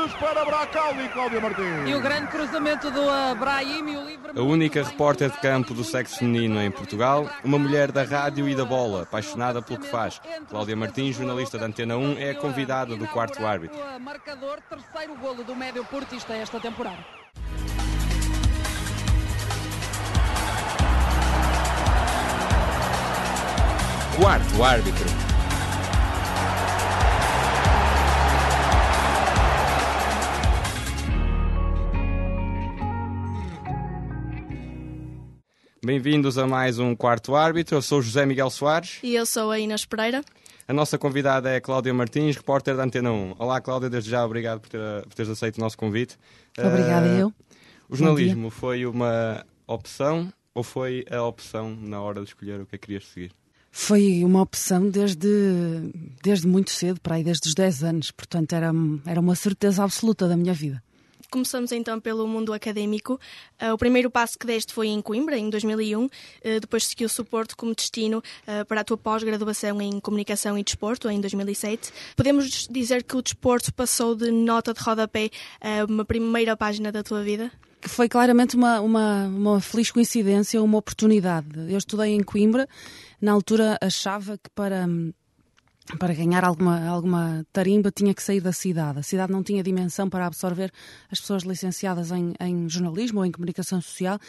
Golos para Bracaldo e Cláudia Martins. E o grande cruzamento do Brahim e o livre... A única repórter de campo do sexo feminino em Portugal, uma mulher da rádio e da bola, apaixonada pelo que faz. Cláudia Martins, jornalista da Antena 1, é a convidada do quarto árbitro. Marcador, terceiro golo do médio portista esta temporada. Quarto árbitro. Bem-vindos a mais um quarto árbitro. Eu sou o José Miguel Soares. E eu sou a Inês Pereira. A nossa convidada é Cláudia Martins, repórter da Antena 1. Olá, Cláudia, desde já obrigado por teres aceito o nosso convite. Obrigada, eu. O jornalismo foi uma opção ou foi a opção na hora de escolher o que é que querias seguir? Foi uma opção desde muito cedo, para aí desde os 10 anos. Portanto, era uma certeza absoluta da minha vida. Começamos então pelo mundo académico. O primeiro passo que deste foi em Coimbra, em 2001. Depois seguiu-se o Porto como destino para a tua pós-graduação em Comunicação e Desporto, em 2007. Podemos dizer que o desporto passou de nota de rodapé a uma primeira página da tua vida? Que foi claramente uma feliz coincidência, uma oportunidade. Eu estudei em Coimbra. Na altura achava que para ganhar alguma tarimba tinha que sair da cidade. A cidade não tinha dimensão para absorver as pessoas licenciadas em jornalismo ou em comunicação social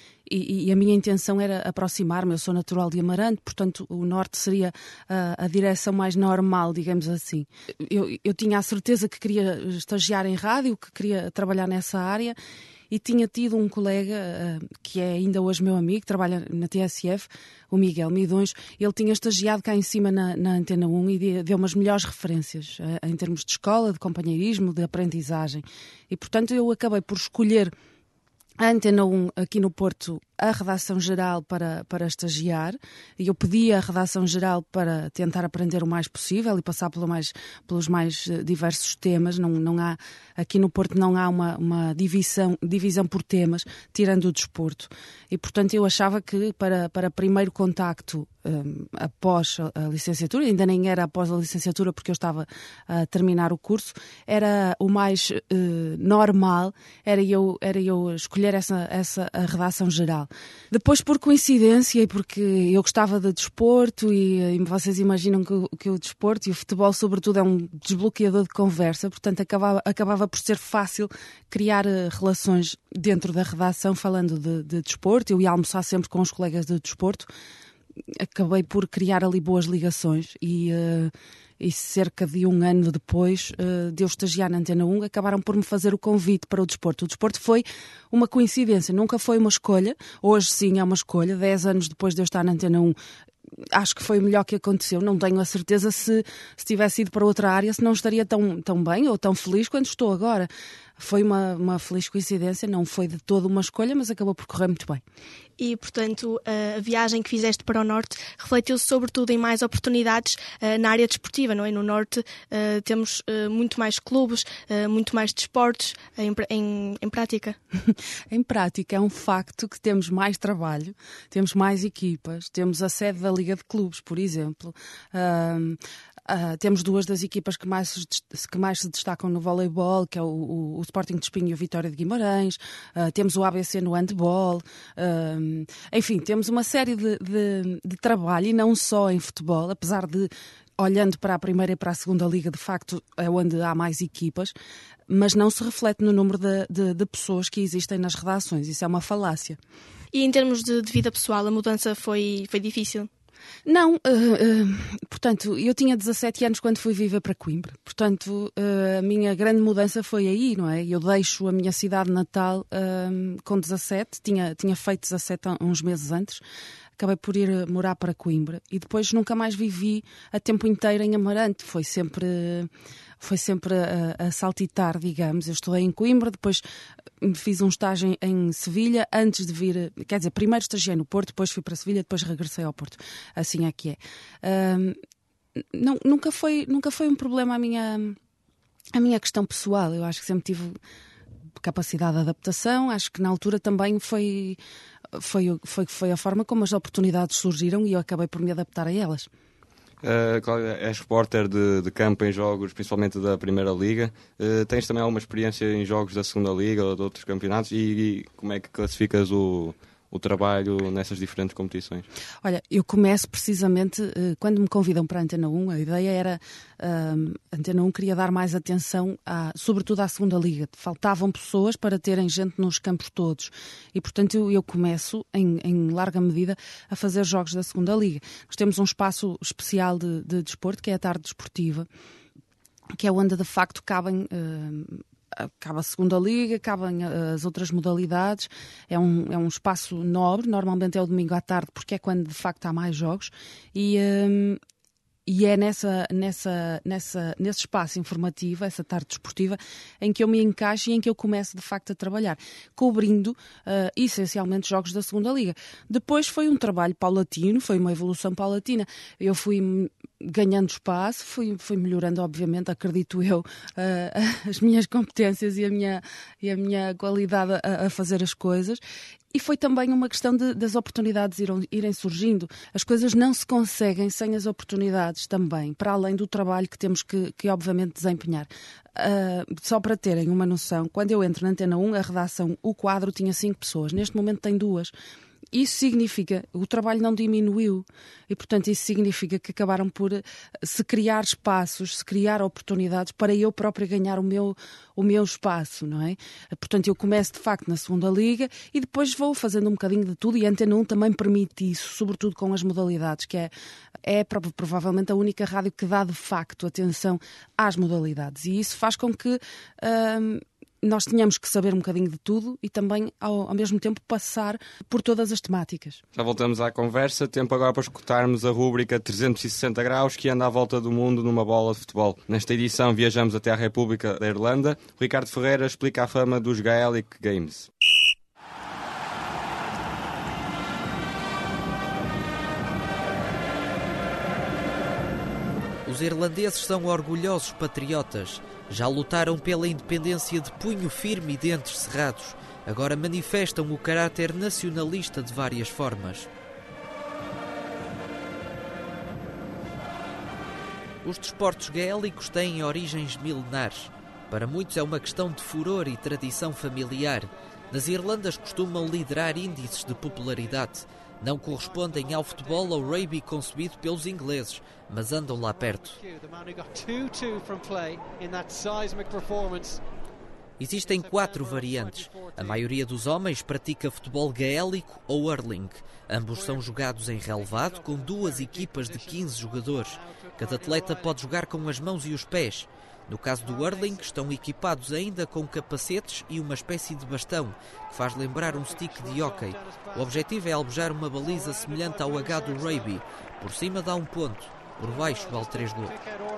e a minha intenção era aproximar-me. Eu sou natural de Amarante, portanto o norte seria a direção mais normal, digamos assim. Eu tinha a certeza que queria estagiar em rádio, que queria trabalhar nessa área. E tinha tido um colega, que é ainda hoje meu amigo, trabalha na TSF, o Miguel Midões. Ele tinha estagiado cá em cima na Antena 1 e deu-me as melhores referências em termos de escola, de companheirismo, de aprendizagem. E, portanto, eu acabei por escolher a Antena 1 aqui no Porto, a redação geral para estagiar, e eu pedi a redação geral para tentar aprender o mais possível e passar pelos mais diversos temas. Não há, aqui no Porto não há uma divisão por temas, tirando o desporto. E, portanto, eu achava que para primeiro contacto após a licenciatura, ainda nem era após a licenciatura porque eu estava a terminar o curso, era o mais normal, era eu escolher a redação geral. Depois, por coincidência, e porque eu gostava de desporto e vocês imaginam que o desporto e o futebol, sobretudo, é um desbloqueador de conversa, portanto acabava por ser fácil criar relações dentro da redação falando de desporto. Eu ia almoçar sempre com os colegas de desporto, acabei por criar ali boas ligações e cerca de um ano depois de eu estagiar na Antena 1, acabaram por me fazer o convite para o desporto. O desporto foi uma coincidência, nunca foi uma escolha. Hoje sim é uma escolha, 10 anos depois de eu estar na Antena 1. Acho que foi o melhor que aconteceu. Não tenho a certeza se tivesse ido para outra área, se não estaria tão bem ou tão feliz quanto estou agora. Foi uma feliz coincidência, não foi de toda uma escolha, mas acabou por correr muito bem. E, portanto, a viagem que fizeste para o Norte refletiu-se sobretudo em mais oportunidades na área desportiva, não é? No Norte temos muito mais clubes, muito mais desportos em prática. Em prática é um facto que temos mais trabalho, temos mais equipas, temos a sede da Liga de Clubes, por exemplo. Temos duas das equipas que mais se destacam no voleibol, que é o Sporting de Espinho e o Vitória de Guimarães. Temos o ABC no handball. Enfim, temos uma série de trabalho, e não só em futebol, apesar de, olhando para a primeira e para a segunda liga, de facto é onde há mais equipas, mas não se reflete no número de pessoas que existem nas redações. Isso é uma falácia. E em termos de vida pessoal, a mudança foi difícil? Não, portanto, eu tinha 17 anos quando fui viver para Coimbra. Portanto, a minha grande mudança foi aí, não é? Eu deixo a minha cidade natal com 17, tinha feito 17 uns meses antes. Acabei por ir morar para Coimbra e depois nunca mais vivi a tempo inteiro em Amarante. Foi sempre a saltitar, digamos. Eu estudei em Coimbra, depois fiz um estágio em Sevilha antes de vir, quer dizer, primeiro estagiei no Porto, depois fui para Sevilha, depois regressei ao Porto. Assim é que é. Nunca foi um problema a minha questão pessoal. Eu acho que sempre tive capacidade de adaptação. Acho que na altura também foi a forma como as oportunidades surgiram e eu acabei por me adaptar a elas. És repórter de campo em jogos, principalmente da Primeira Liga. Tens também alguma experiência em jogos da Segunda Liga ou de outros campeonatos? E como é que classificas o trabalho nessas diferentes competições? Olha, eu começo precisamente quando me convidam para a Antena 1, a ideia era a Antena 1 queria dar mais atenção sobretudo à Segunda Liga. Faltavam pessoas para terem gente nos campos todos e portanto eu começo em larga medida a fazer jogos da Segunda Liga. Nós temos um espaço especial de desporto que é a tarde desportiva, que é onde de facto cabem acaba a Segunda Liga, cabem as outras modalidades, é um espaço nobre, normalmente é o domingo à tarde, porque é quando de facto há mais jogos, e é nesse espaço informativo, essa tarde desportiva, em que eu me encaixo e em que eu começo de facto a trabalhar, cobrindo essencialmente jogos da Segunda Liga. Depois foi um trabalho paulatino, foi uma evolução paulatina. Eu fui ganhando espaço, fui melhorando, obviamente, acredito eu, as minhas competências e a minha qualidade a fazer as coisas. E foi também uma questão das oportunidades irem surgindo. As coisas não se conseguem sem as oportunidades também, para além do trabalho que temos que obviamente, desempenhar. Só para terem uma noção, quando eu entro na Antena 1, a redação, o quadro tinha 5 pessoas, neste momento tem 2. Isso significa, o trabalho não diminuiu e, portanto, isso significa que acabaram por se criar espaços, se criar oportunidades para eu própria ganhar o meu espaço, não é? Portanto, eu começo, de facto, na Segunda Liga e depois vou fazendo um bocadinho de tudo e a Antena 1 também permite isso, sobretudo com as modalidades, que é provavelmente a única rádio que dá, de facto, atenção às modalidades. E isso faz com que nós tínhamos que saber um bocadinho de tudo e também, ao mesmo tempo, passar por todas as temáticas. Já voltamos à conversa. Tempo agora para escutarmos a rúbrica 360 graus que anda à volta do mundo numa bola de futebol. Nesta edição viajamos até à República da Irlanda. O Ricardo Ferreira explica a fama dos Gaelic Games. Os irlandeses são orgulhosos patriotas. Já lutaram pela independência de punho firme e dentes cerrados. Agora manifestam o caráter nacionalista de várias formas. Os desportos gaélicos têm origens milenares. Para muitos é uma questão de furor e tradição familiar. Nas Irlandas costumam liderar índices de popularidade. Não correspondem ao futebol ou rugby concebido pelos ingleses, mas andam lá perto. Existem 4 variantes. A maioria dos homens pratica futebol gaélico ou hurling. Ambos são jogados em relevado com 2 equipas de 15 jogadores. Cada atleta pode jogar com as mãos e os pés. No caso do hurling, estão equipados ainda com capacetes e uma espécie de bastão, que faz lembrar um stick de hóquei. O objetivo é alvejar uma baliza semelhante ao H do rugby. Por cima dá 1 ponto, por baixo vale 3 gols.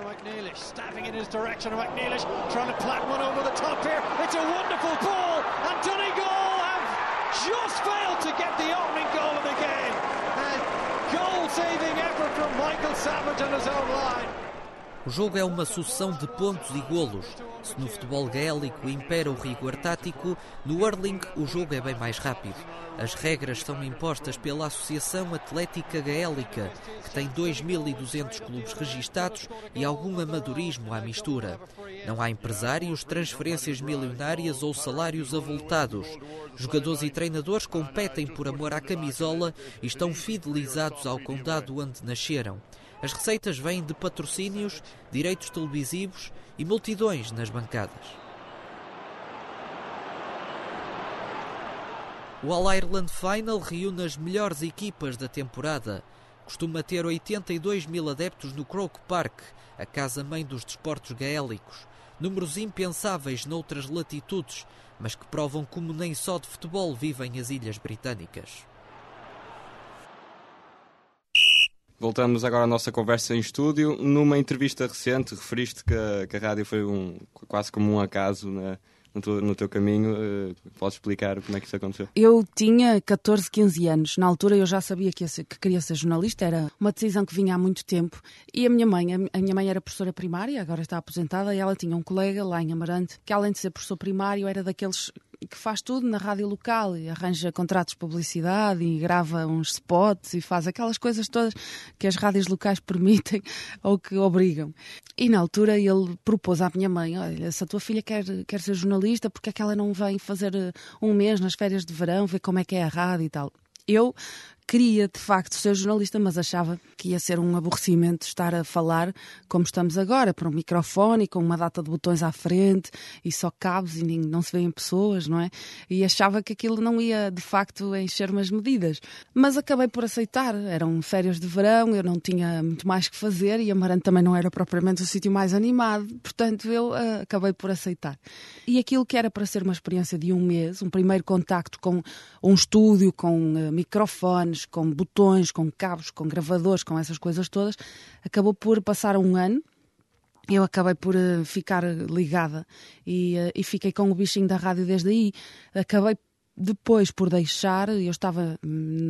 O jogo é uma sucessão de pontos e golos. Se no futebol gaélico impera o rigor tático, no hurling o jogo é bem mais rápido. As regras são impostas pela Associação Atlética Gaélica, que tem 2.200 clubes registados e algum amadorismo à mistura. Não há empresários, transferências milionárias ou salários avultados. Jogadores e treinadores competem por amor à camisola e estão fidelizados ao condado onde nasceram. As receitas vêm de patrocínios, direitos televisivos e multidões nas bancadas. O All-Ireland Final reúne as melhores equipas da temporada. Costuma ter 82 mil adeptos no Croke Park, a casa-mãe dos desportos gaélicos. Números impensáveis noutras latitudes, mas que provam como nem só de futebol vivem as Ilhas Britânicas. Voltamos agora à nossa conversa em estúdio. Numa entrevista recente, referiste que a rádio foi quase como um acaso no teu caminho. Podes explicar como é que isso aconteceu? Eu tinha 14, 15 anos. Na altura eu já sabia que queria ser jornalista. Era uma decisão que vinha há muito tempo. E a minha mãe era professora primária, agora está aposentada, e ela tinha um colega lá em Amarante, que além de ser professor primário, era daqueles que faz tudo na rádio local e arranja contratos de publicidade e grava uns spots e faz aquelas coisas todas que as rádios locais permitem ou que obrigam. E na altura ele propôs à minha mãe: olha, se a tua filha quer ser jornalista, porque é que ela não vem fazer um mês nas férias de verão, ver como é que é a rádio e tal. Eu queria, de facto, ser jornalista, mas achava que ia ser um aborrecimento estar a falar como estamos agora, para um microfone, com uma data de botões à frente e só cabos e não se vêem pessoas, não é? E achava que aquilo não ia, de facto, encher-me as medidas. Mas acabei por aceitar. Eram férias de verão, eu não tinha muito mais que fazer e Amarante também não era propriamente o sítio mais animado, portanto eu acabei por aceitar. E aquilo que era para ser uma experiência de um mês, um primeiro contacto com um estúdio, com microfones, com botões, com cabos, com gravadores, com essas coisas todas, acabou por passar um ano. Eu acabei por ficar ligada e fiquei com o bichinho da rádio desde aí. Acabei depois por deixar, eu estava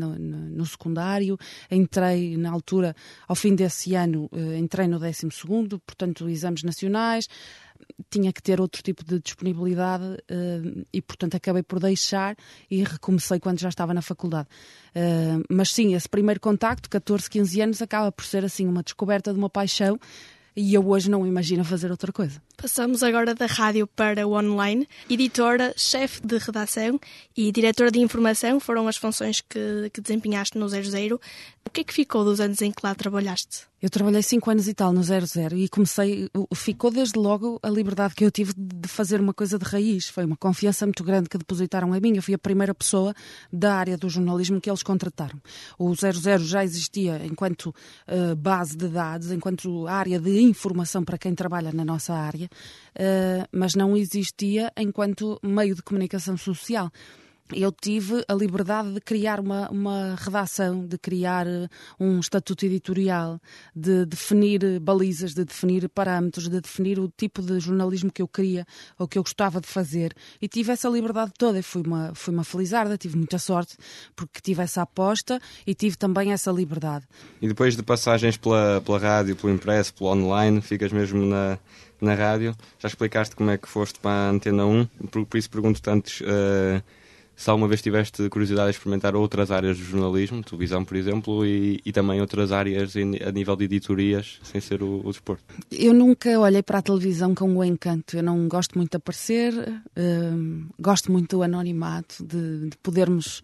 no secundário, entrei na altura, ao fim desse ano, entrei no 12º, portanto, exames nacionais, tinha que ter outro tipo de disponibilidade e, portanto, acabei por deixar e recomecei quando já estava na faculdade. Mas sim, esse primeiro contacto, 14, 15 anos, acaba por ser assim uma descoberta de uma paixão e eu hoje não imagino fazer outra coisa. Passamos agora da rádio para o online. Editora, chefe de redação e diretora de informação foram as funções que desempenhaste no 00. O que é que ficou dos anos em que lá trabalhaste? Eu trabalhei 5 anos e tal no 00 e ficou desde logo a liberdade que eu tive de fazer uma coisa de raiz. Foi uma confiança muito grande que depositaram em mim. Eu fui a primeira pessoa da área do jornalismo que eles contrataram. O 00 já existia enquanto base de dados, enquanto área de informação para quem trabalha na nossa área, mas não existia enquanto meio de comunicação social. Eu tive a liberdade de criar uma redação, de criar um estatuto editorial, de definir balizas, de definir parâmetros, de definir o tipo de jornalismo que eu queria ou que eu gostava de fazer. E tive essa liberdade toda. Fui uma felizarda, tive muita sorte porque tive essa aposta e tive também essa liberdade. E depois de passagens pela rádio, pelo impresso, pelo online, ficas mesmo na rádio. Já explicaste como é que foste para a Antena 1, por isso pergunto-te antes... se alguma vez tiveste curiosidade de experimentar outras áreas do jornalismo, televisão, por exemplo, e também outras áreas a nível de editorias, sem ser o desporto? Eu nunca olhei para a televisão com o encanto. Eu não gosto muito de aparecer, gosto muito do anonimato, de podermos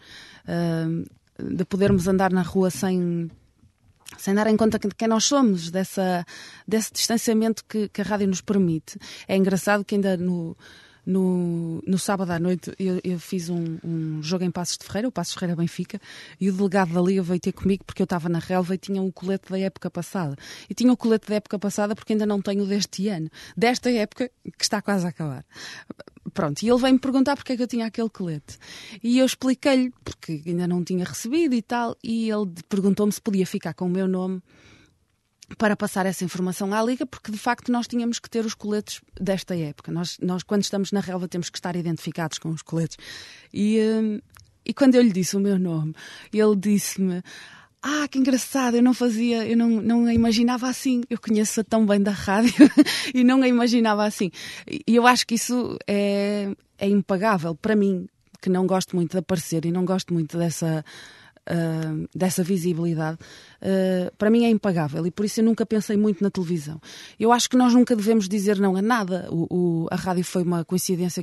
andar na rua sem dar em conta de quem nós somos, desse distanciamento que a rádio nos permite. É engraçado que ainda no sábado à noite eu fiz um jogo em Passos de Ferreira, o Passos de Ferreira Benfica, e o delegado da Liga veio ter comigo porque eu estava na relva e tinha um colete da época passada. E tinha o colete da época passada porque ainda não tenho deste ano, desta época que está quase a acabar. Pronto, e ele veio-me perguntar porque é que eu tinha aquele colete. E eu expliquei-lhe, porque ainda não tinha recebido e tal, e ele perguntou-me se podia ficar com o meu nome para passar essa informação à Liga, porque de facto nós tínhamos que ter os coletes desta época. Nós quando estamos na relva temos que estar identificados com os coletes. E quando eu lhe disse o meu nome, ele disse-me: que engraçado, eu não a imaginava assim. Eu conheço-a tão bem da rádio e não a imaginava assim. E eu acho que isso é impagável para mim, que não gosto muito de aparecer e não gosto muito dessa visibilidade, para mim é impagável e por isso eu nunca pensei muito na televisão. Eu acho que nós nunca devemos dizer não a nada. A rádio foi uma coincidência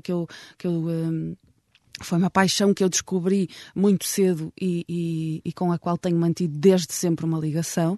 foi uma paixão que eu descobri muito cedo e com a qual tenho mantido desde sempre uma ligação.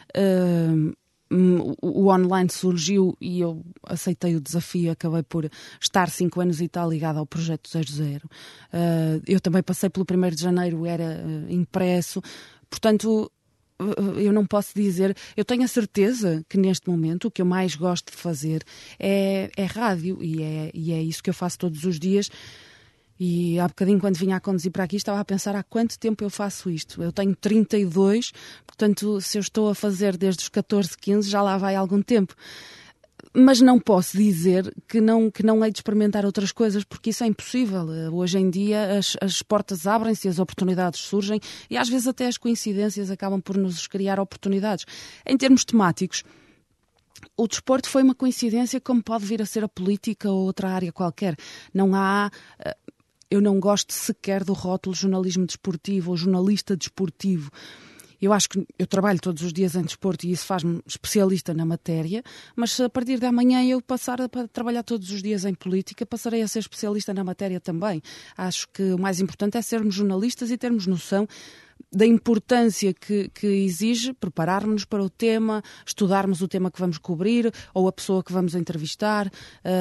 O online surgiu e eu aceitei o desafio e acabei por estar 5 anos e tal ligada ao projeto 00. Eu também passei pelo 1º de janeiro, era impresso, portanto eu não posso dizer, eu tenho a certeza que neste momento o que eu mais gosto de fazer é rádio e é isso que eu faço todos os dias. E há bocadinho, quando vinha a conduzir para aqui, estava a pensar há quanto tempo eu faço isto. Eu tenho 32, portanto, se eu estou a fazer desde os 14, 15, já lá vai algum tempo. Mas não posso dizer que não hei de experimentar outras coisas, porque isso é impossível. Hoje em dia as portas abrem-se, as oportunidades surgem e às vezes até as coincidências acabam por nos criar oportunidades. Em termos temáticos, o desporto foi uma coincidência como pode vir a ser a política ou outra área qualquer. Não há... eu não gosto sequer do rótulo jornalismo desportivo ou jornalista desportivo. Eu acho que eu trabalho todos os dias em desporto e isso faz-me especialista na matéria, mas se a partir de amanhã eu passar a trabalhar todos os dias em política, passarei a ser especialista na matéria também. Acho que o mais importante é sermos jornalistas e termos noção da importância que exige prepararmos-nos para o tema, estudarmos o tema que vamos cobrir ou a pessoa que vamos entrevistar.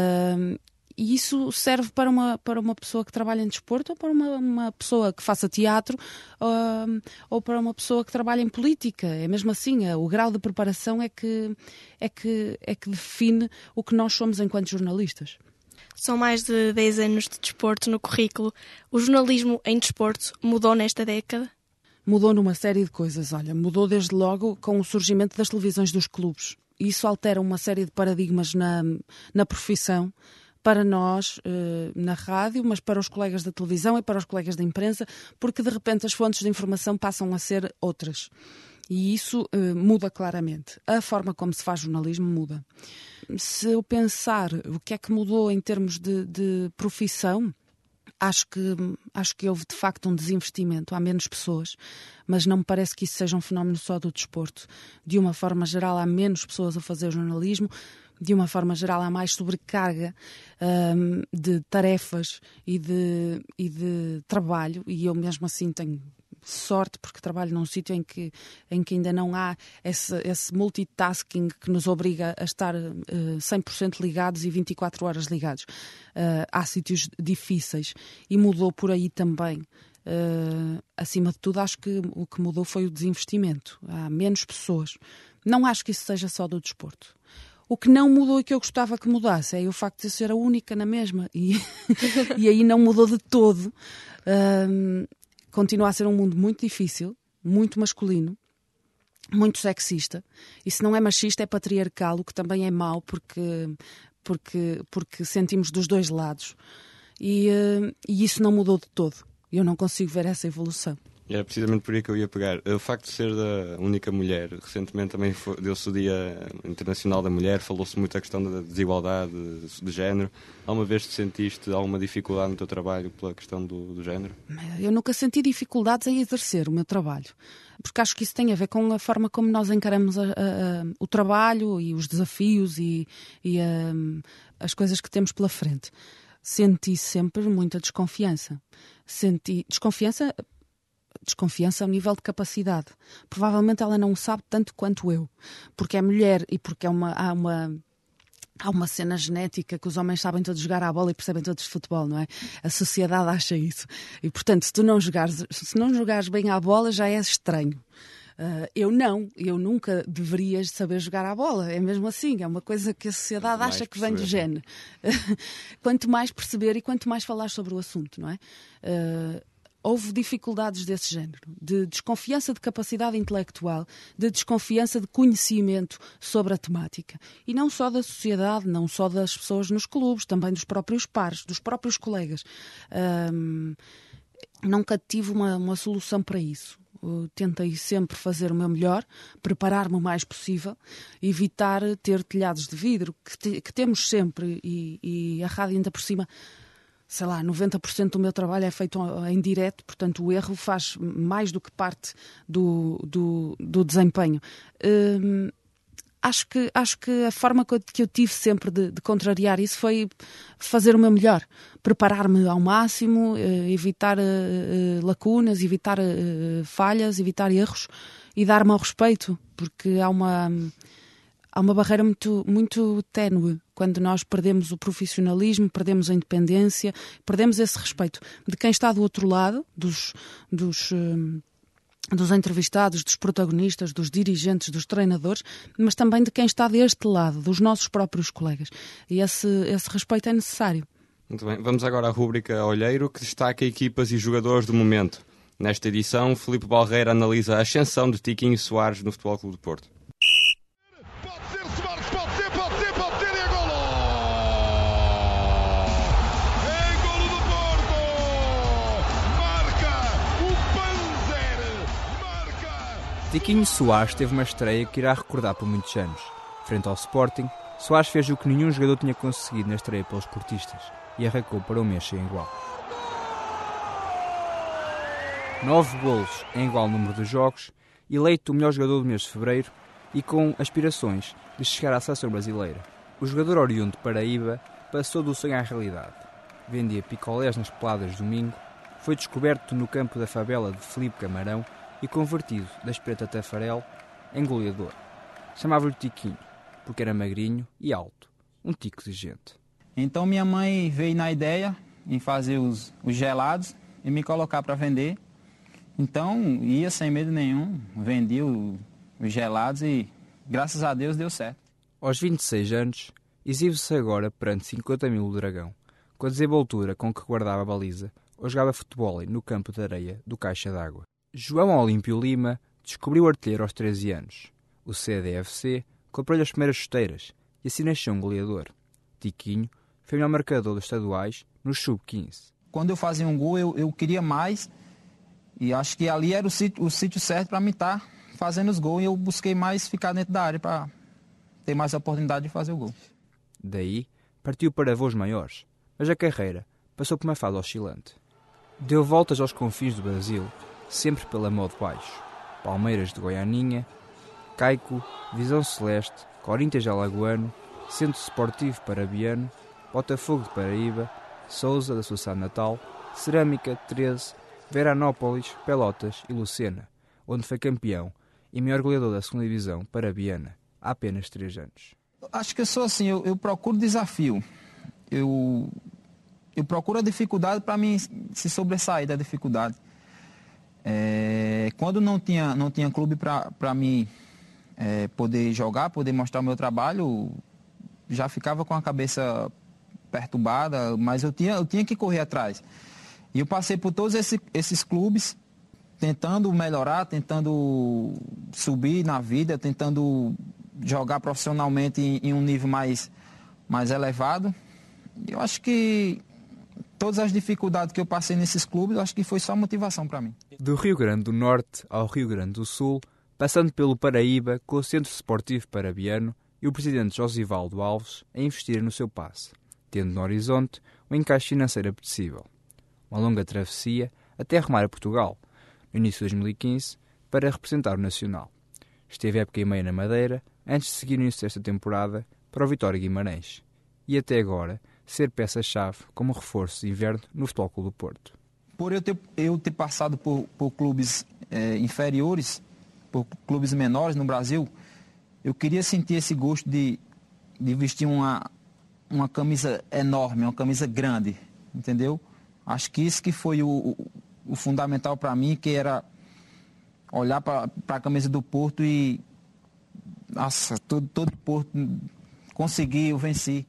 E isso serve para uma pessoa que trabalha em desporto ou para uma pessoa que faça teatro ou para uma pessoa que trabalha em política. É mesmo assim, o grau de preparação é que define o que nós somos enquanto jornalistas. São mais de 10 anos de desporto no currículo. O jornalismo em desporto mudou nesta década? Mudou numa série de coisas. Olha, mudou desde logo com o surgimento das televisões dos clubes. Isso altera uma série de paradigmas na profissão, para nós na rádio, mas para os colegas da televisão e para os colegas da imprensa, porque de repente as fontes de informação passam a ser outras. E isso muda claramente. A forma como se faz jornalismo muda. Se eu pensar o que é que mudou em termos de profissão, acho que houve de facto um desinvestimento. Há menos pessoas, mas não me parece que isso seja um fenómeno só do desporto. De uma forma geral, há menos pessoas a fazer jornalismo. De uma forma geral, há mais sobrecarga de tarefas e de trabalho, e eu mesmo assim tenho sorte porque trabalho num sítio em que ainda não há esse multitasking que nos obriga a estar 100% ligados e 24 horas ligados. Há sítios difíceis e mudou por aí também. Acima de tudo, acho que o que mudou foi o desinvestimento. Há menos pessoas. Não acho que isso seja só do desporto. O que não mudou e que eu gostava que mudasse é o facto de eu ser a única na mesma. E aí não mudou de todo. Continua a ser um mundo muito difícil, muito masculino, muito sexista. E se não é machista, é patriarcal, o que também é mau, porque sentimos dos dois lados. E isso não mudou de todo. Eu não consigo ver essa evolução. E era precisamente por aí que eu ia pegar. O facto de ser da única mulher, recentemente também deu-se o Dia Internacional da Mulher, falou-se muito da questão da desigualdade de género. Alguma vez te sentiste alguma dificuldade no teu trabalho pela questão do género? Eu nunca senti dificuldades em exercer o meu trabalho, porque acho que isso tem a ver com a forma como nós encaramos o trabalho e os desafios e as coisas que temos pela frente. Senti sempre muita desconfiança. Senti desconfiança ao nível de capacidade. Provavelmente ela não o sabe tanto quanto eu, porque é mulher e porque há uma cena genética que os homens sabem todos jogar à bola e percebem todos de futebol, não é? A sociedade acha isso. E, portanto, se não jogares bem à bola, já é estranho. Eu nunca deveria saber jogar à bola. É mesmo assim, é uma coisa que a sociedade acha que vem do gene. Quanto mais perceber e quanto mais falar sobre o assunto, não é? Houve dificuldades desse género, de desconfiança de capacidade intelectual, de desconfiança de conhecimento sobre a temática. E não só da sociedade, não só das pessoas nos clubes, também dos próprios pares, dos próprios colegas. Nunca tive uma solução para isso. Tentei sempre fazer o meu melhor, preparar-me o mais possível, evitar ter telhados de vidro, que temos sempre, e a rádio ainda por cima... Sei lá, 90% do meu trabalho é feito em direto, portanto o erro faz mais do que parte do desempenho. Acho que a forma que eu tive sempre de contrariar isso foi fazer o meu melhor, preparar-me ao máximo, evitar lacunas, evitar falhas, evitar erros e dar-me ao respeito, porque há uma barreira muito, muito ténue quando nós perdemos o profissionalismo, perdemos a independência, perdemos esse respeito de quem está do outro lado, dos entrevistados, dos protagonistas, dos dirigentes, dos treinadores, mas também de quem está deste lado, dos nossos próprios colegas. E esse respeito é necessário. Muito bem, vamos agora à rúbrica Olheiro, que destaca equipas e jogadores do momento. Nesta edição, Filipe Balreira analisa a ascensão de Tiquinho Soares no Futebol Clube do Porto. Tiquinho Soares teve uma estreia que irá recordar por muitos anos. Frente ao Sporting, Soares fez o que nenhum jogador tinha conseguido na estreia pelos portistas e arrancou para o mês sem igual. 9 golos em igual número de jogos, eleito o melhor jogador do mês de fevereiro e com aspirações de chegar à seleção brasileira. O jogador oriundo de Paraíba passou do sonho à realidade. Vendia picolés nas peladas domingo, foi descoberto no campo da favela de Felipe Camarão e convertido da Espreita Tafarel em goleador. Chamava-lhe Tiquinho, porque era magrinho e alto, um tico de gente. Então minha mãe veio na ideia em fazer os gelados e me colocar para vender. Então ia sem medo nenhum, vendia os gelados e graças a Deus deu certo. Aos 26 anos, exibe-se agora perante 50 mil do Dragão, com a desenvoltura com que guardava a baliza ou jogava futebol no campo de areia do Caixa d'Água. João Olímpio Lima descobriu o artilheiro aos 13 anos. O CDFC comprou-lhe as primeiras chuteiras e assim nasceu um goleador. Tiquinho foi o melhor marcador dos estaduais no Sub-15. Quando eu fazia um gol, eu queria mais e acho que ali era o sítio certo para mim estar fazendo os gols e eu busquei mais ficar dentro da área para ter mais oportunidade de fazer o gol. Daí partiu para voos maiores, mas a carreira passou por uma fase oscilante. Deu voltas aos confins do Brasil, sempre pela mão de baixo. Palmeiras de Goianinha, Caico, Visão Celeste, Corinthians de Alagoano, Centro Sportivo Parabiano, Botafogo de Paraíba, Sousa da sua cidade natal, Cerâmica 13, Veranópolis, Pelotas e Lucena, onde foi campeão e maior goleador da segunda divisão parabiana, há apenas 3 anos. Acho que eu sou assim, eu procuro desafio. Eu procuro a dificuldade para mim se sobressair da dificuldade. Quando não tinha clube para mim poder jogar, poder mostrar o meu trabalho, já ficava com a cabeça perturbada, mas eu tinha que correr atrás. E eu passei por todos esses clubes, tentando melhorar, tentando subir na vida, tentando jogar profissionalmente em um nível mais elevado. Eu acho que todas as dificuldades que eu passei nesses clubes, eu acho que foi só motivação para mim. Do Rio Grande do Norte ao Rio Grande do Sul, passando pelo Paraíba, com o Centro Sportivo Parabiano e o presidente Josivaldo Alves a investir no seu passe, tendo no horizonte um encaixe financeiro apetecível. Uma longa travessia até arrumar a Portugal, no início de 2015, para representar o Nacional. Esteve época e meia na Madeira, antes de seguir no início desta temporada para o Vitória Guimarães. E até agora, ser peça-chave como reforço de inverno no Futebol Clube do Porto. Por eu ter passado por clubes inferiores, por clubes menores no Brasil, eu queria sentir esse gosto de vestir uma camisa enorme, uma camisa grande, entendeu? Acho que isso que foi o fundamental para mim, que era olhar para a camisa do Porto e nossa, todo Porto consegui, eu venci.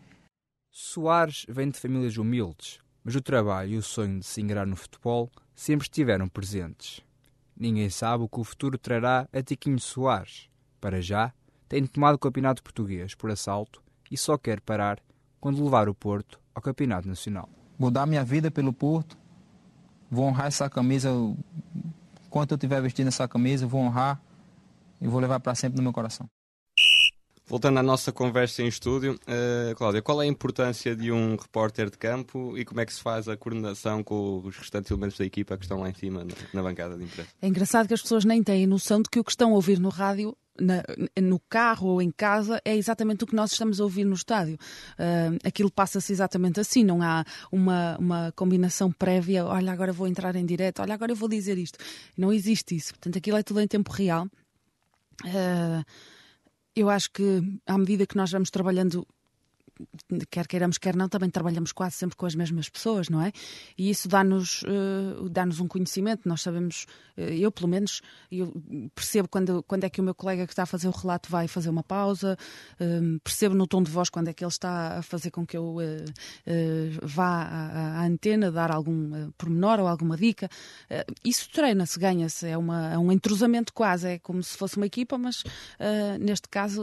Soares vem de famílias humildes, mas o trabalho e o sonho de se ingrar no futebol sempre estiveram presentes. Ninguém sabe o que o futuro trará a Tiquinho Soares. Para já, tem tomado o Campeonato Português por assalto e só quer parar quando levar o Porto ao Campeonato Nacional. Vou dar minha vida pelo Porto, vou honrar essa camisa, enquanto eu estiver vestindo essa camisa, vou honrar e vou levar para sempre no meu coração. Voltando à nossa conversa em estúdio, Cláudia, qual é a importância de um repórter de campo e como é que se faz a coordenação com os restantes elementos da equipa que estão lá em cima na bancada de imprensa? É engraçado que as pessoas nem têm noção de que o que estão a ouvir no rádio, no carro ou em casa, é exatamente o que nós estamos a ouvir no estádio. Aquilo passa-se exatamente assim, não há uma combinação prévia, olha, agora vou entrar em direto, olha, agora eu vou dizer isto. Não existe isso. Portanto, aquilo é tudo em tempo real. Eu acho que, à medida que nós vamos trabalhando, quer queiramos, quer não, também trabalhamos quase sempre com as mesmas pessoas, não é? E isso dá-nos um conhecimento. Nós sabemos, eu pelo menos, eu percebo quando é que o meu colega que está a fazer o relato vai fazer uma pausa, percebo no tom de voz quando é que ele está a fazer com que eu vá à antena dar algum pormenor ou alguma dica. Isso treina-se, ganha-se, é um entrosamento quase, é como se fosse uma equipa, mas neste caso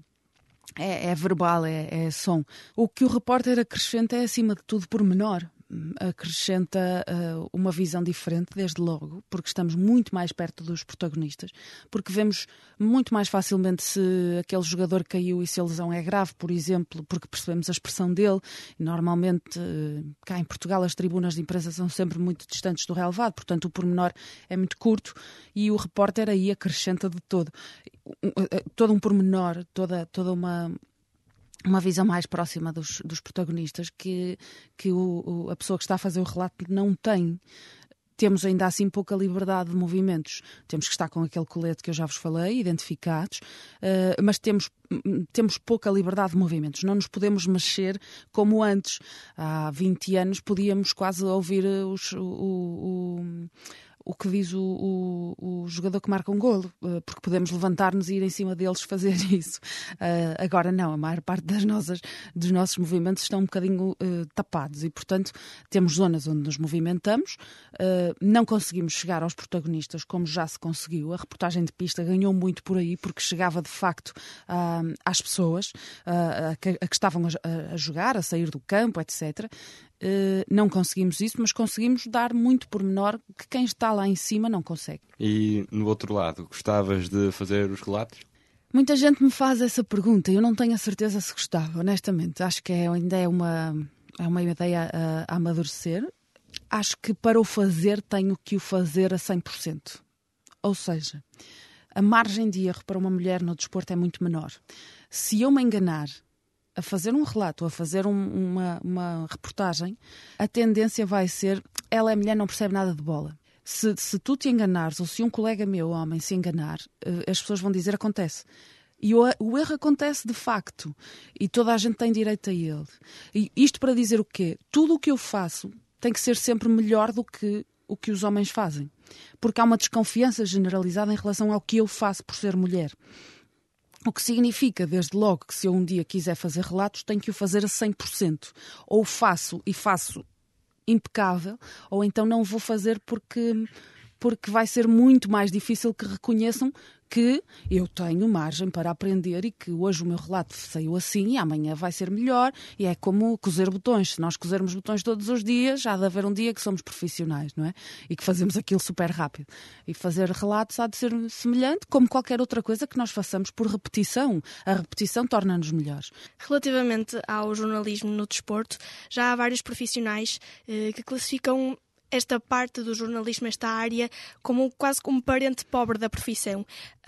é verbal, é som. O que o repórter acrescenta é, acima de tudo, pormenor. acrescenta uma visão diferente, desde logo, porque estamos muito mais perto dos protagonistas, porque vemos muito mais facilmente se aquele jogador caiu e se a lesão é grave, por exemplo, porque percebemos a expressão dele. Normalmente, cá em Portugal, as tribunas de imprensa são sempre muito distantes do relevado, portanto o pormenor é muito curto e o repórter aí acrescenta de todo um pormenor, toda uma visão mais próxima dos protagonistas que a pessoa que está a fazer o relato não tem. Temos ainda assim pouca liberdade de movimentos. Temos que estar com aquele colete que eu já vos falei, identificados, mas temos pouca liberdade de movimentos. Não nos podemos mexer como antes. Há 20 anos podíamos quase ouvir o que diz o jogador que marca um golo, porque podemos levantar-nos e ir em cima deles fazer isso. Agora não, a maior parte dos nossos movimentos estão um bocadinho tapados e, portanto, temos zonas onde nos movimentamos, não conseguimos chegar aos protagonistas como já se conseguiu. A reportagem de pista ganhou muito por aí, porque chegava de facto às pessoas a que estavam a jogar, a sair do campo, etc. Não conseguimos isso, mas conseguimos dar muito pormenor que quem está lá em cima não consegue. E no outro lado, gostavas de fazer os relatos? Muita gente me faz essa pergunta e eu não tenho a certeza se gostava, honestamente. Acho que ainda é uma ideia a amadurecer. Acho que para o fazer tenho que o fazer a 100%. Ou seja, a margem de erro para uma mulher no desporto é muito menor. Se eu me enganar a fazer um relato, a fazer uma reportagem, a tendência vai ser: ela é mulher, não percebe nada de bola. Se tu te enganares, ou se um colega meu, homem, se enganar, as pessoas vão dizer: acontece. E o erro acontece de facto. E toda a gente tem direito a ele. E isto para dizer o quê? Tudo o que eu faço tem que ser sempre melhor do que o que os homens fazem. Porque há uma desconfiança generalizada em relação ao que eu faço por ser mulher. O que significa, desde logo, que se eu um dia quiser fazer relatos, tenho que o fazer a 100%. Ou faço impecável, ou então não vou fazer porque vai ser muito mais difícil que reconheçam que eu tenho margem para aprender e que hoje o meu relato saiu assim e amanhã vai ser melhor. E é como cozer botões. Se nós cozermos botões todos os dias, há de haver um dia que somos profissionais, não é? E que fazemos aquilo super rápido. E fazer relatos há de ser semelhante, como qualquer outra coisa que nós façamos por repetição. A repetição torna-nos melhores. Relativamente ao jornalismo no desporto, já há vários profissionais que classificam esta parte do jornalismo, esta área, como quase como parente pobre da profissão.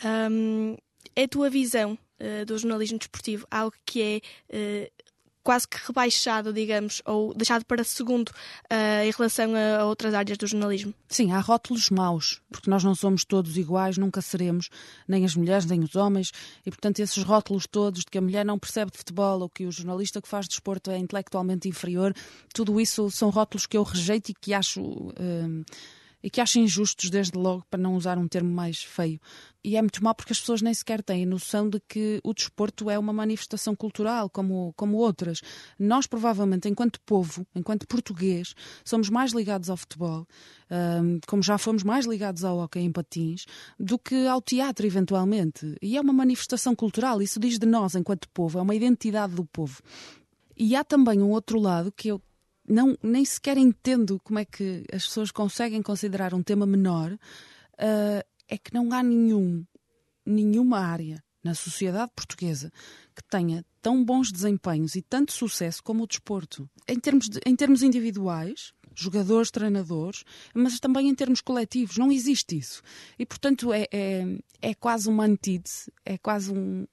É a tua visão do jornalismo desportivo algo que é quase que rebaixado, digamos, ou deixado para segundo em relação a outras áreas do jornalismo? Sim, há rótulos maus, porque nós não somos todos iguais, nunca seremos, nem as mulheres, nem os homens, e portanto esses rótulos todos de que a mulher não percebe de futebol ou que o jornalista que faz desporto é intelectualmente inferior, tudo isso são rótulos que eu rejeito e que acho injustos, desde logo, para não usar um termo mais feio. E é muito mau porque as pessoas nem sequer têm noção de que o desporto é uma manifestação cultural, como outras. Nós, provavelmente, enquanto povo, enquanto português, somos mais ligados ao futebol, como já fomos mais ligados ao hóquei em patins, do que ao teatro, eventualmente. E é uma manifestação cultural, isso diz de nós, enquanto povo, é uma identidade do povo. E há também um outro lado que eu nem sequer entendo como é que as pessoas conseguem considerar um tema menor, é que não há nenhuma área na sociedade portuguesa que tenha tão bons desempenhos e tanto sucesso como o desporto. Em termos individuais, jogadores, treinadores, mas também em termos coletivos, não existe isso. E, portanto, é quase uma antítese, é quase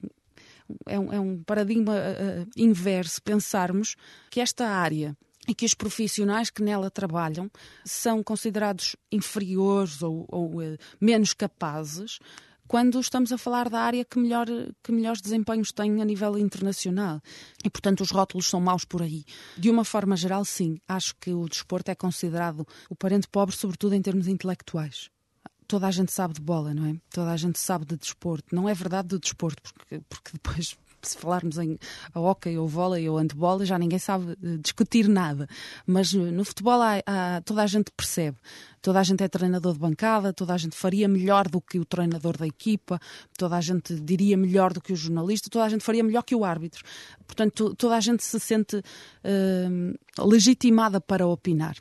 um paradigma inverso pensarmos que esta área e que os profissionais que nela trabalham são considerados inferiores ou menos capazes quando estamos a falar da área que melhores desempenhos tem a nível internacional. E, portanto, os rótulos são maus por aí. De uma forma geral, sim. Acho que o desporto é considerado o parente pobre, sobretudo em termos intelectuais. Toda a gente sabe de bola, não é? Toda a gente sabe de desporto. Não é verdade do desporto, porque depois se falarmos em hóquei ou vôlei ou handball, já ninguém sabe discutir nada. Mas no futebol toda a gente percebe. Toda a gente é treinador de bancada, toda a gente faria melhor do que o treinador da equipa, toda a gente diria melhor do que o jornalista, toda a gente faria melhor que o árbitro. Portanto, toda a gente se sente legitimada para opinar.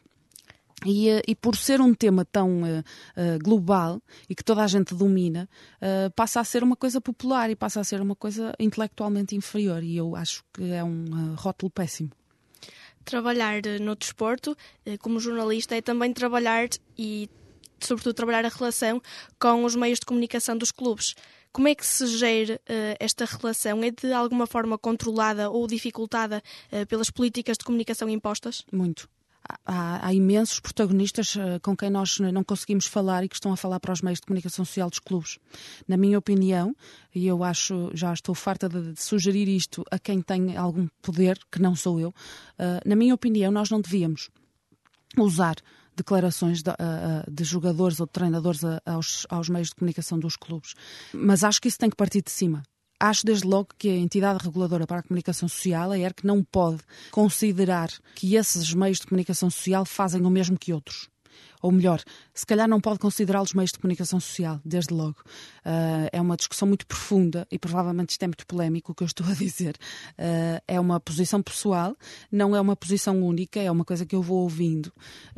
E por ser um tema tão global e que toda a gente domina, passa a ser uma coisa popular e passa a ser uma coisa intelectualmente inferior. E eu acho que é um rótulo péssimo. Trabalhar no desporto, como jornalista, é também trabalhar e, sobretudo, trabalhar a relação com os meios de comunicação dos clubes. Como é que se gera esta relação? É de alguma forma controlada ou dificultada pelas políticas de comunicação impostas? Muito. Há imensos protagonistas com quem nós não conseguimos falar e que estão a falar para os meios de comunicação social dos clubes. Na minha opinião, e eu já estou farta de sugerir isto a quem tem algum poder, que não sou eu, na minha opinião, nós não devíamos usar declarações de jogadores ou de treinadores aos meios de comunicação dos clubes. Mas acho que isso tem que partir de cima. Acho desde logo que a entidade reguladora para a comunicação social, a ERC, não pode considerar que esses meios de comunicação social fazem o mesmo que outros. Ou melhor, se calhar não pode considerá-los meios de comunicação social, desde logo. É uma discussão muito profunda e provavelmente isto é muito polémico o que eu estou a dizer. É uma posição pessoal, não é uma posição única, é uma coisa que eu vou ouvindo.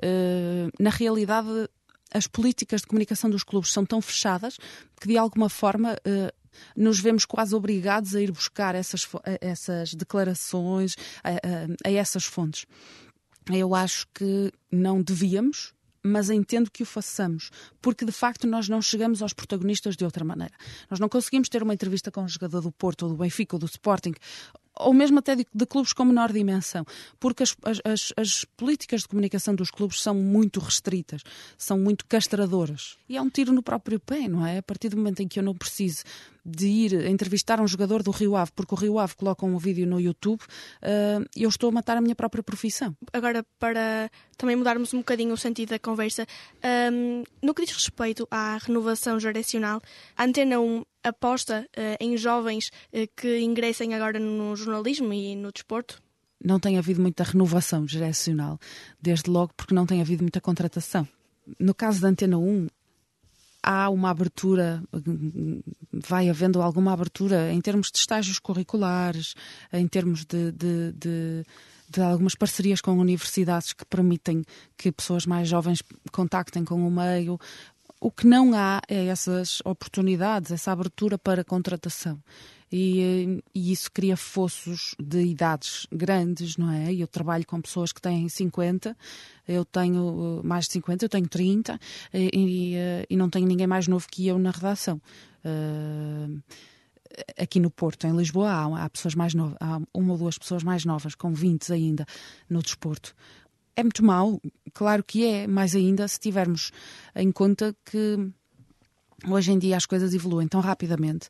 Na realidade, as políticas de comunicação dos clubes são tão fechadas que de alguma forma nos vemos quase obrigados a ir buscar essas declarações, a essas fontes. Eu acho que não devíamos, mas entendo que o façamos, porque de facto nós não chegamos aos protagonistas de outra maneira. Nós não conseguimos ter uma entrevista com um jogador do Porto, ou do Benfica, ou do Sporting, ou mesmo até de clubes com menor dimensão, porque as políticas de comunicação dos clubes são muito restritas, são muito castradoras. E é um tiro no próprio pé, não é? A partir do momento em que eu não preciso de ir entrevistar um jogador do Rio Ave, porque o Rio Ave coloca um vídeo no YouTube, eu estou a matar a minha própria profissão. Agora, para também mudarmos um bocadinho o sentido da conversa, no que diz respeito à renovação geracional, a Antena 1 aposta em jovens que ingressem agora no jornalismo e no desporto? Não tem havido muita renovação geracional, desde logo porque não tem havido muita contratação. No caso da Antena 1, há uma abertura, vai havendo alguma abertura em termos de estágios curriculares, em termos de algumas parcerias com universidades que permitem que pessoas mais jovens contactem com o meio. O que não há é essas oportunidades, essa abertura para contratação. E isso cria fossos de idades grandes, não é? Eu trabalho com pessoas que têm 50, eu tenho mais de 50, eu tenho 30 e não tenho ninguém mais novo que eu na redação. Aqui no Porto, em Lisboa, há pessoas mais novas, há uma ou duas pessoas mais novas, com 20 ainda, no desporto. É muito mau, claro que é, mais ainda se tivermos em conta que hoje em dia as coisas evoluem tão rapidamente,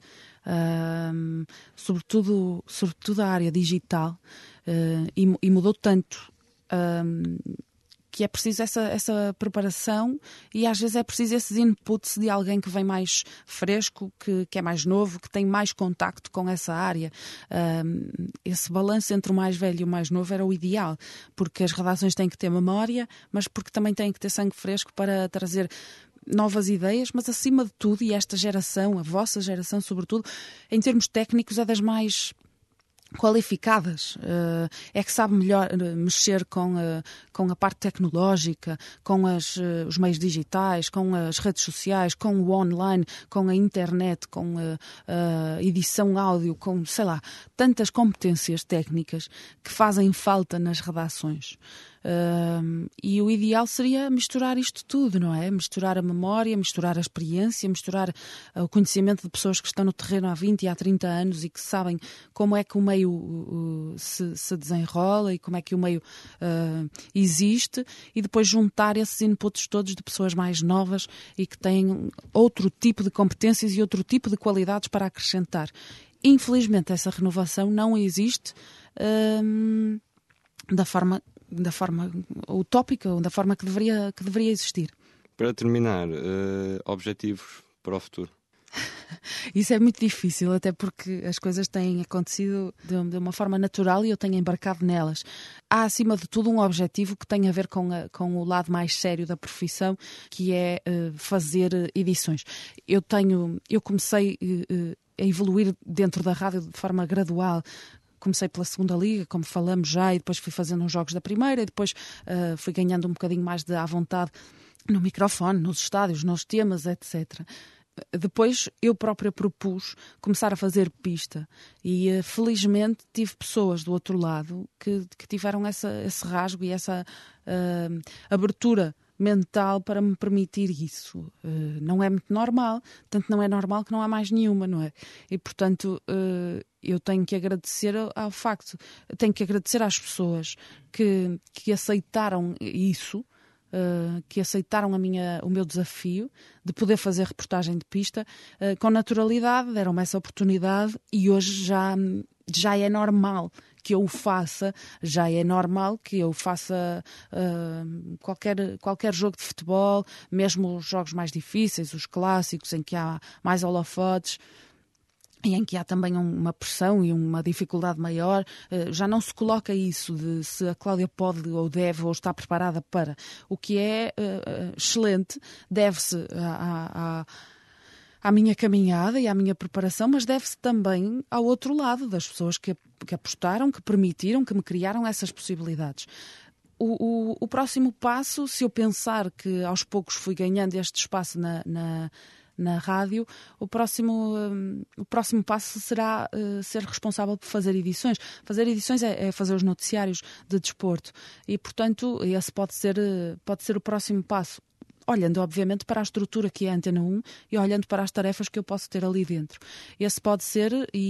sobretudo a área digital, e mudou tanto, que é preciso essa preparação e às vezes é preciso esses inputs de alguém que vem mais fresco, que é mais novo, que tem mais contacto com essa área. Esse balanço entre o mais velho e o mais novo era o ideal, porque as redações têm que ter memória, mas porque também têm que ter sangue fresco para trazer novas ideias, mas acima de tudo, e esta geração, a vossa geração sobretudo, em termos técnicos é das mais qualificadas, é que sabe melhor mexer com a parte tecnológica, com os meios digitais, com as redes sociais, com o online, com a internet, com a edição áudio, com, sei lá, tantas competências técnicas que fazem falta nas redações. E o ideal seria misturar isto tudo, não é? Misturar a memória, misturar a experiência, misturar o conhecimento de pessoas que estão no terreno há 20 e há 30 anos e que sabem como é que o meio se desenrola e como é que o meio existe, e depois juntar esses inputs todos de pessoas mais novas e que têm outro tipo de competências e outro tipo de qualidades para acrescentar. Infelizmente essa renovação não existe da forma utópica, ou da forma que deveria existir. Para terminar, objetivos para o futuro? Isso é muito difícil, até porque as coisas têm acontecido de uma forma natural e eu tenho embarcado nelas. Há, acima de tudo, um objetivo que tem a ver com o lado mais sério da profissão, que é fazer edições. Eu comecei a evoluir dentro da rádio de forma gradual. Comecei pela segunda liga, como falamos já, e depois fui fazendo uns jogos da primeira, e depois fui ganhando um bocadinho mais de à vontade no microfone, nos estádios, nos temas, etc. Depois eu própria propus começar a fazer pista e felizmente tive pessoas do outro lado que tiveram esse rasgo e essa abertura mental para me permitir isso. Não é muito normal, tanto não é normal que não há mais nenhuma, não é? E portanto eu tenho que agradecer ao facto, tenho que agradecer às pessoas que aceitaram isso, que aceitaram o meu desafio de poder fazer reportagem de pista com naturalidade, deram-me essa oportunidade e hoje já é normal que eu o faça, já é normal que eu faça qualquer jogo de futebol, mesmo os jogos mais difíceis, os clássicos, em que há mais holofotes, e em que há também uma pressão e uma dificuldade maior. Já não se coloca isso de se a Cláudia pode ou deve ou está preparada para. O que é excelente deve-se à minha caminhada e à minha preparação, mas deve-se também ao outro lado, das pessoas que apostaram, que permitiram, que me criaram essas possibilidades. O próximo passo, se eu pensar que aos poucos fui ganhando este espaço na rádio, o próximo passo será ser responsável por fazer edições. Fazer edições é fazer os noticiários de desporto e, portanto, esse pode ser o próximo passo. Olhando, obviamente, para a estrutura que é a Antena 1 e olhando para as tarefas que eu posso ter ali dentro. Esse pode ser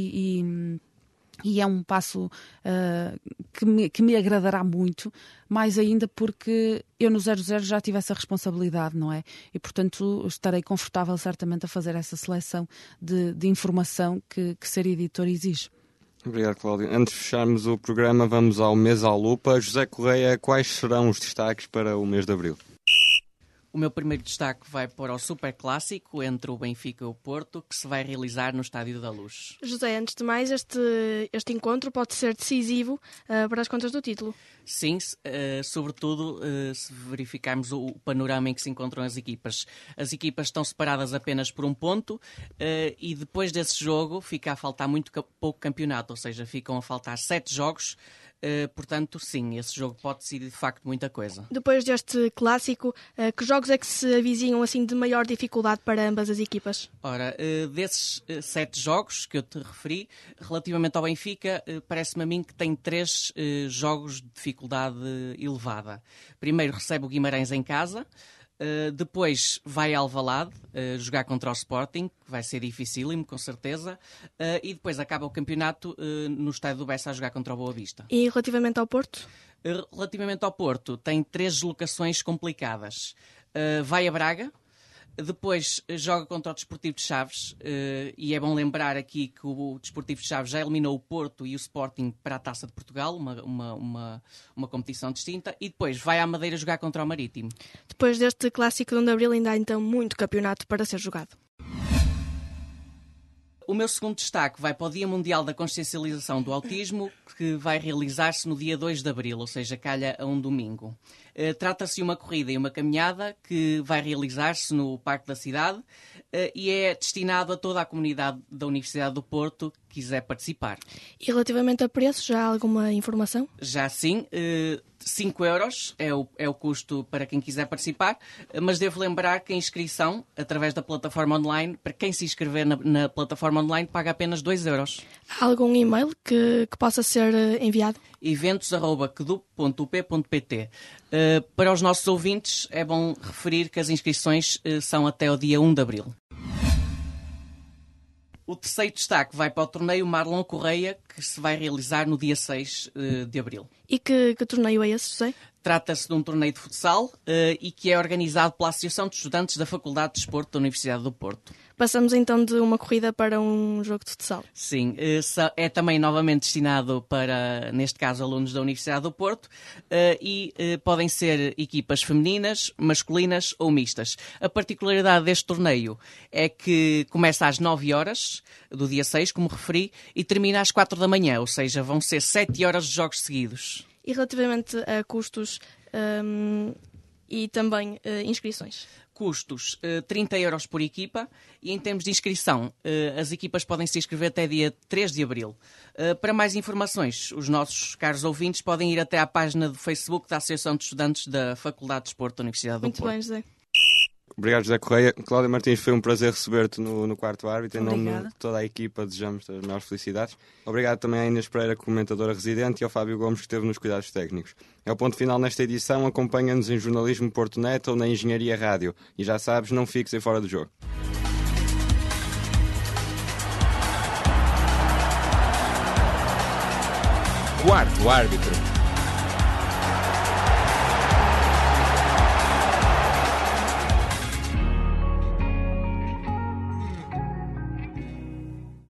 e é um passo que me agradará muito, mais ainda porque eu no 00 já tive essa responsabilidade, não é? E, portanto, estarei confortável certamente a fazer essa seleção de informação que ser editor exige. Obrigado, Cláudio. Antes de fecharmos o programa, vamos ao Mês à Lupa. José Correia, quais serão os destaques para o mês de Abril? O meu primeiro destaque vai para o Superclássico entre o Benfica e o Porto, que se vai realizar no Estádio da Luz. José, antes de mais, este encontro pode ser decisivo para as contas do título. Sim, sobretudo se verificarmos o panorama em que se encontram as equipas. As equipas estão separadas apenas por um ponto e depois desse jogo fica a faltar muito pouco campeonato, ou seja, ficam a faltar 7 jogos. Portanto, sim, esse jogo pode decidir de facto muita coisa. Depois deste clássico, que jogos é que se avizinham assim de maior dificuldade para ambas as equipas? Ora, desses 7 jogos que eu te referi, relativamente ao Benfica, parece-me a mim que tem 3 jogos de dificuldade elevada. Primeiro recebe o Guimarães em casa. Depois vai a Alvalade jogar contra o Sporting, que vai ser dificílimo, com certeza, e depois acaba o campeonato no estádio do Bessa a jogar contra o Boa Vista. E relativamente ao Porto? Relativamente ao Porto, tem 3 deslocações complicadas. Vai a Braga, depois joga contra o Desportivo de Chaves, e é bom lembrar aqui que o Desportivo de Chaves já eliminou o Porto e o Sporting para a Taça de Portugal, uma competição distinta, e depois vai à Madeira jogar contra o Marítimo. Depois deste clássico de 1 de Abril ainda há então muito campeonato para ser jogado. O meu segundo destaque vai para o Dia Mundial da Consciencialização do Autismo, que vai realizar-se no dia 2 de Abril, ou seja, calha a um domingo. Trata-se de uma corrida e uma caminhada que vai realizar-se no Parque da Cidade e é destinado a toda a comunidade da Universidade do Porto que quiser participar. E relativamente a preço, já há alguma informação? Já sim, 5 euros é o custo para quem quiser participar, mas devo lembrar que a inscrição, através da plataforma online, para quem se inscrever na plataforma online, paga apenas 2 euros. Há algum e-mail que possa ser enviado? eventos@kedup.up.pt. Para os nossos ouvintes, é bom referir que as inscrições são até o dia 1 de Abril. O terceiro destaque vai para o torneio Marlon Correia, que se vai realizar no dia 6 de Abril. E que torneio é esse, José? Trata-se de um torneio de futsal e que é organizado pela Associação de Estudantes da Faculdade de Desporto da Universidade do Porto. Passamos então de uma corrida para um jogo de futsal. Sim, é também novamente destinado para, neste caso, alunos da Universidade do Porto e podem ser equipas femininas, masculinas ou mistas. A particularidade deste torneio é que começa às 9 horas do dia 6, como referi, e termina às 4 da manhã, ou seja, vão ser 7 horas de jogos seguidos. E relativamente a custos e também inscrições? Custos, 30 euros por equipa, e em termos de inscrição, as equipas podem se inscrever até dia 3 de abril. Para mais informações, os nossos caros ouvintes podem ir até à página do Facebook da Associação de Estudantes da Faculdade de Desporto da Universidade do Porto. Muito bem, José. Obrigado, José Correia. Cláudia Martins, foi um prazer receber-te no quarto árbitro. Em nome Obrigada. de toda a equipa, desejamos as maiores felicidades. Obrigado também à Inês Pereira, comentadora residente, e ao Fábio Gomes, que esteve nos cuidados técnicos. É o ponto final nesta edição. Acompanha-nos em Jornalismo Porto Net ou na Engenharia Rádio. E já sabes, não fiques em fora do jogo. Quarto árbitro.